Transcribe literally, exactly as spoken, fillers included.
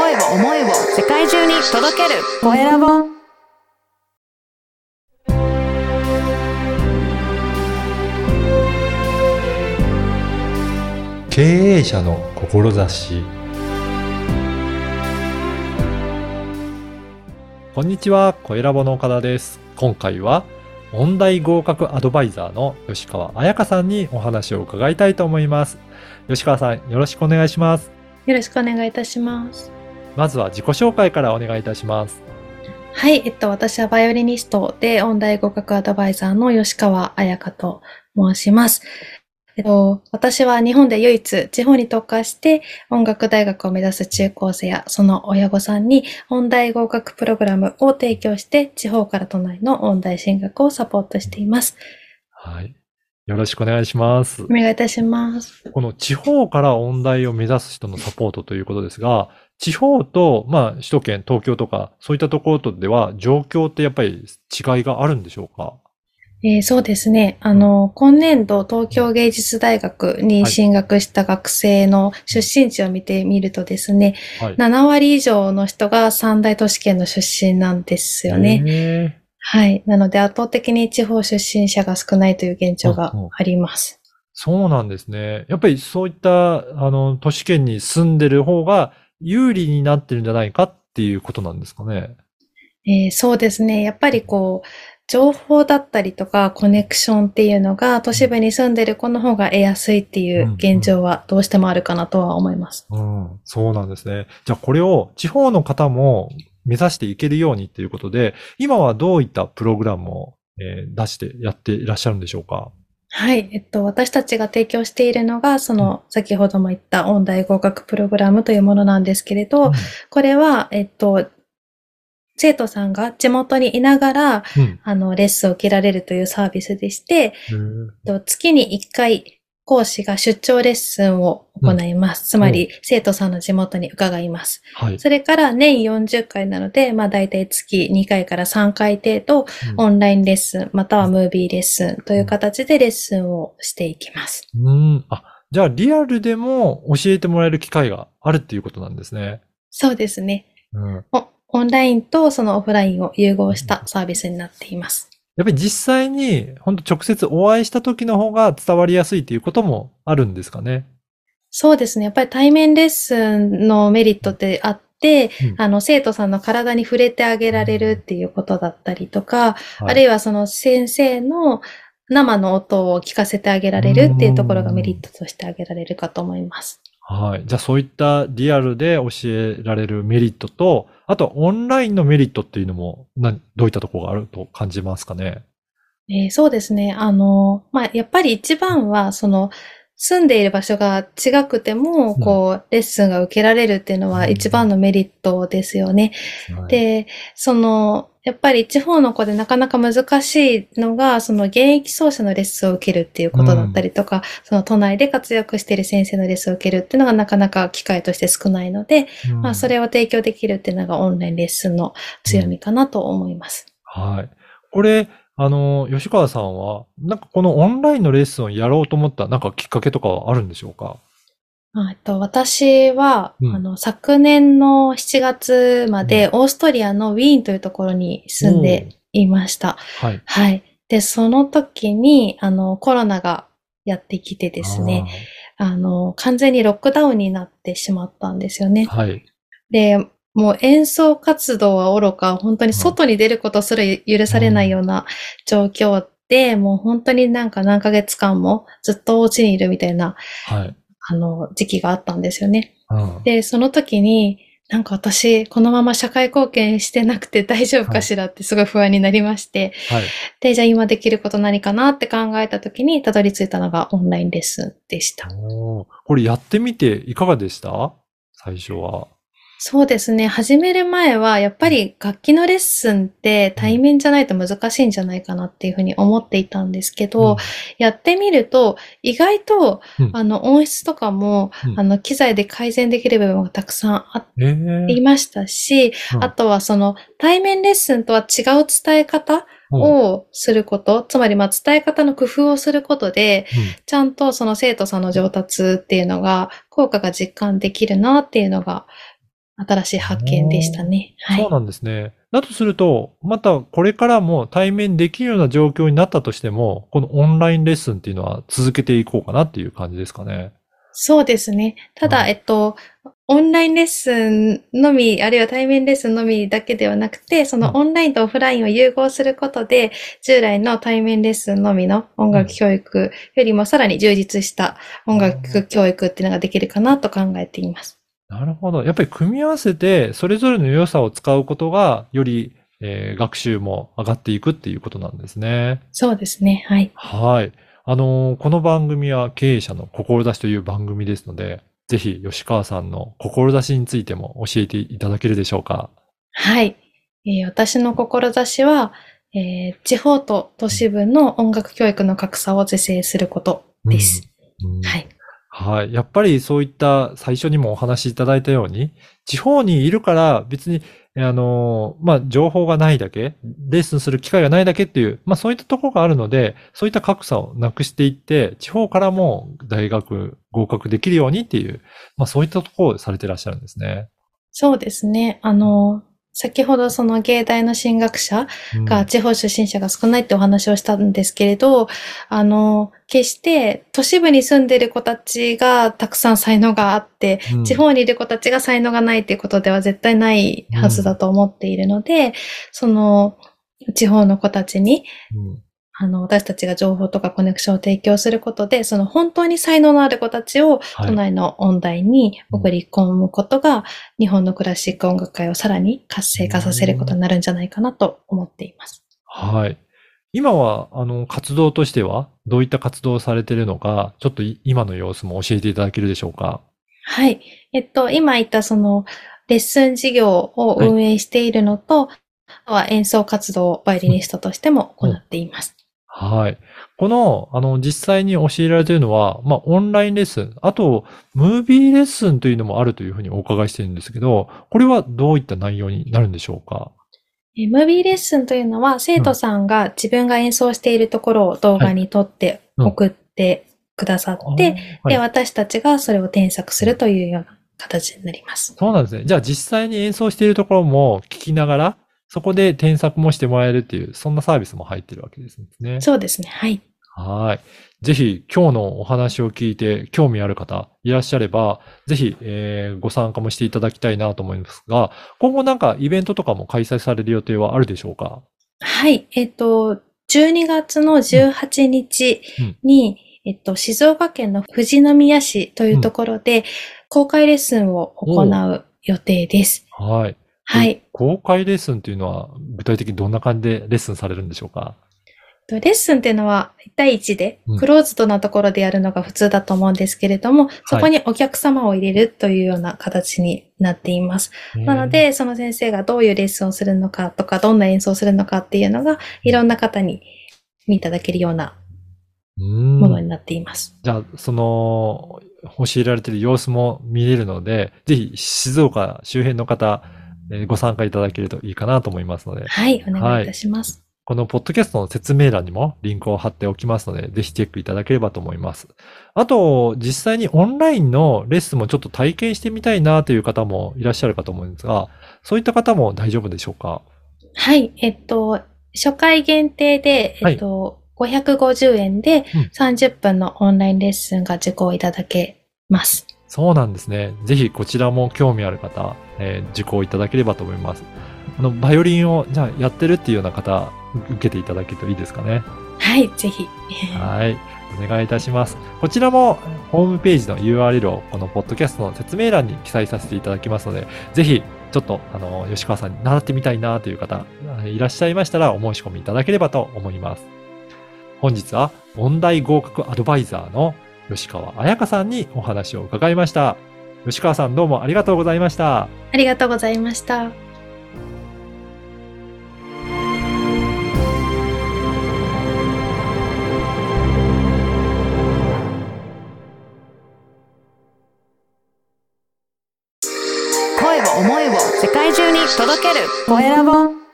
声を思いを世界中に届けるコエラボ。 経営者の志。こんにちは、コエラボの岡田です。今回は音大合格アドバイザーの吉川彩香さんにお話を伺いたいと思います。吉川さん、よろしくお願いします。 よろしくお願いいたします。 まずは自己紹介からお願いいたします。 はい、えっと、私はバイオリニストで音大合格アドバイザーの吉川彩香と申します。えっと、私は日本で唯一地方に特化して音楽大学を目指す中高生やその親御さんに音大合格プログラムを提供して地方から都内の音大進学をサポートしています。 はい。よろしくお願いします。 お願いいたします。 この地方から音大を目指す人のサポートということですが、地方と、まあ、首都圏、東京とか、そういったところとでは状況ってやっぱり違いがあるんでしょうか？ えー、そうですね。あの、今年度東京芸術大学に進学した学生の出身地を見てみるとですね、はい、ななわり以上の人が三大都市圏の出身なんですよね。 へー。 はい。なので圧倒的に地方出身者が少ないという現状があります。 そうなんですね。やっぱりそういった、あの、都市圏に住んでる方が有利になってるんじゃないかっていうことなんですかね。 えー、そうですね。やっぱりこう、情報だったりとかコネクションっていうのが都市部に住んでる子の方が得やすいっていう現状はどうしてもあるかなとは思います。 うんうん、そうなんですね。じゃあこれを地方の方も目指していけるようにっていうことで、今はどういったプログラムを、えー、出してやっていらっしゃるんでしょうか？ はい。えっと、私たちが提供しているのが、その、先ほども言った音大合格プログラムというものなんですけれど、うん、これは、えっと、生徒さんが地元にいながら、うん、あの、レッスンを受けられるというサービスでして、うん、月にいっかい講師が出張レッスンを行います。うん、つまり、生徒さんの地元に伺います。はい、それから年よんじゅっかいなので、まあ大体月にかいからさんかい程度、うん、オンラインレッスン、またはムービーレッスンという形でレッスンをしていきます。 うん、あ、じゃあリアルでも教えてもらえる機会があるっていうことなんですね。 そうですね。うんオンラインとそのオフラインを融合したサービスになっています。 やっぱり実際に本当直接お会いした時の方が伝わりやすいということもあるんですかね？ そうですね。やっぱり対面レッスンのメリットってあって、うん、あの生徒さんの体に触れてあげられるっていうことだったりとか、はい、あるいはその先生の生の音を聞かせてあげられるっていうところがメリットとしてあげられるかと思います。 はい。じゃあそういったリアルで教えられるメリットと、あとオンラインのメリットっていうのも、などういったところがあると感じますかね？ えー、そうですね。あの、まあ、やっぱり一番は、その、住んでいる場所が違くても、こう、レッスンが受けられるっていうのは一番のメリットですよね。うん、で、その、やっぱり地方の子でなかなか難しいのが、その現役奏者のレッスンを受けるっていうことだったりとか、うん、その都内で活躍している先生のレッスンを受けるっていうのがなかなか機会として少ないので、うん、まあそれを提供できるっていうのがオンラインレッスンの強みかなと思います。 うん、はい。これ、あの、吉川さんは、なんかこのオンラインのレッスンをやろうと思ったなんかきっかけとかはあるんでしょうか？ えっと、私は、うん、あの、昨年のしちがつまでオーストリアのウィーンというところに住んでいました。はい。はい。で、その時に、あの、コロナがやってきてですね、あの、完全にロックダウンになってしまったんですよね。はい。で、もう演奏活動は愚か、本当に外に出ることすら許されないような状況で、うん、もう本当になんか何ヶ月間もずっとお家にいるみたいな、はい。あの、時期があったんですよね。うん、で、その時に、なんか私、このまま社会貢献してなくて大丈夫かしらってすごい不安になりまして、はい、で、じゃあ今できること何かなって考えた時にたどり着いたのがオンラインレッスンでした。 おー、これやってみていかがでした？最初は。 そうですね。始める前は、やっぱり楽器のレッスンって対面じゃないと難しいんじゃないかなっていうふうに思っていたんですけど、うん、やってみると、意外と、うん、あの、音質とかも、うん、あの、機材で改善できる部分がたくさんありましたし、うん、あとはその、対面レッスンとは違う伝え方をすること、つまりまあ伝え方の工夫をすることで、ちゃんとその生徒さんの上達っていうのが、効果が実感できるなっていうのが、 新しい発見でしたね。はい。 そうなんですね。だとすると、またこれからも対面できるような状況になったとしても、このオンラインレッスンっていうのは続けていこうかなっていう感じですかね。 そうですね。ただ、 うん、 えっと、オンラインレッスンのみ、あるいは対面レッスンのみだけではなくて、そのオンラインとオフラインを融合することで、従来の対面レッスンのみの音楽教育よりもさらに充実した音楽教育っていうのができるかなと考えています。 なるほど。やっぱり組み合わせて、それぞれの良さを使うことが、より、えー学習も上がっていくっていうことなんですね。 そうですね。はい。 はい。あのーこの番組は経営者の志という番組ですので、ぜひ吉川さんの志についても教えていただけるでしょうか。 はい。えー私の志は、えー地方と都市部の音楽教育の格差を是正することです。 うんうんはい。 はい。やっぱりそういった最初にもお話しいただいたように、地方にいるから別に、あの、まあ、情報がないだけ、レッスンする機会がないだけっていう、まあ、そういったところがあるので、そういった格差をなくしていって、地方からも大学合格できるようにっていう、まあ、そういったところをされていらっしゃるんですね。 そうですね。あの、先ほどその芸大の進学者が地方出身者が少ないってお話をしたんですけれど、あの、決して都市部に住んでいる子たちがたくさん才能があって、 うん地方にいる子たちが才能がないっていうことでは絶対ないはずだと思っているので、その地方の子たちにうんあの、私たちが情報とかコネクションを提供することで、その本当に才能のある子たちをはい都内の音大に送り込むことが、日本のクラシック音楽界をさらに活性化させることになるんじゃないかなと思っています。 はい。今は、あの、活動としては、どういった活動をされているのか、ちょっとい今の様子も教えていただけるでしょうか。 はい。えっと、今言ったその、レッスン事業を運営しているのと、あとは演奏活動をバイオリニストとしても行っています。 はい。この、あの、実際に教えられているのは、まあ、オンラインレッスン、あと、ムービーレッスンというのもあるというふうにお伺いしているんですけど、これはどういった内容になるんでしょうか？ えムービーレッスンというのは、生徒さんが自分が演奏しているところを動画に撮って送ってくださって、 はい、 で、私たちがそれを添削するというような形になります。 そうなんですね。じゃあ実際に演奏しているところも聞きながら、そこで添削もしてもらえるっていう、そんなサービスも入ってるわけですね。 そうですね。はい。 はい。ぜひ今日のお話を聞いて興味ある方いらっしゃれば、ぜひ、えーご参加もしていただきたいなと思いますが、今後なんかイベントとかも開催される予定はあるでしょうか？ はい。えっと、じゅうにがつのじゅうはちにちに、えっと、静岡県の富士宮市というところで、公開レッスンを行う予定です。 はい。 はい。 公開レッスンっていうのは具体的にどんな感じでレッスンされるんでしょうか？ レッスンっていうのはいち対いちで、クローズドなところでやるのが普通だと思うんですけれども、うん、そこにお客様を入れるというような形になっています。はい、なので、その先生がどういうレッスンをするのかとか、どんな演奏をするのかっていうのが、いろんな方に見いただけるようなものになっています。 じゃあ、その、教えられている様子も見れるので、ぜひ静岡周辺の方、えー、ご参加いただけるといいかなと思いますので。 はい、お願いいたします。はい、 このポッドキャストの説明欄にもリンクを貼っておきますので、ぜひチェックいただければと思います。あと、実際にオンラインのレッスンもちょっと体験してみたいなという方もいらっしゃるかと思うんですが、そういった方も大丈夫でしょうか？ はい、えっと、初回限定で、えっと、はい、ごひゃくごじゅうえんでさんじゅっぷんのオンラインレッスンが受講いただけます。 うん、そうなんですね。ぜひこちらも興味ある方、えー、受講いただければと思います。あの、バイオリンをじゃあやってるっていうような方、受けていただけるといいですかね。 はい、ぜひ。 はい。お願いいたします。こちらもホームページの ユーアールエル をこのポッドキャストの説明欄に記載させていただきますので、ぜひちょっとあの、吉川さんに習ってみたいなという方いらっしゃいましたらお申し込みいただければと思います。本日は音大合格アドバイザーの吉川彩香さんにお話を伺いました。吉川さんどうもありがとうございました。 ありがとうございました。 声を思いを世界中に届けるコエラボ。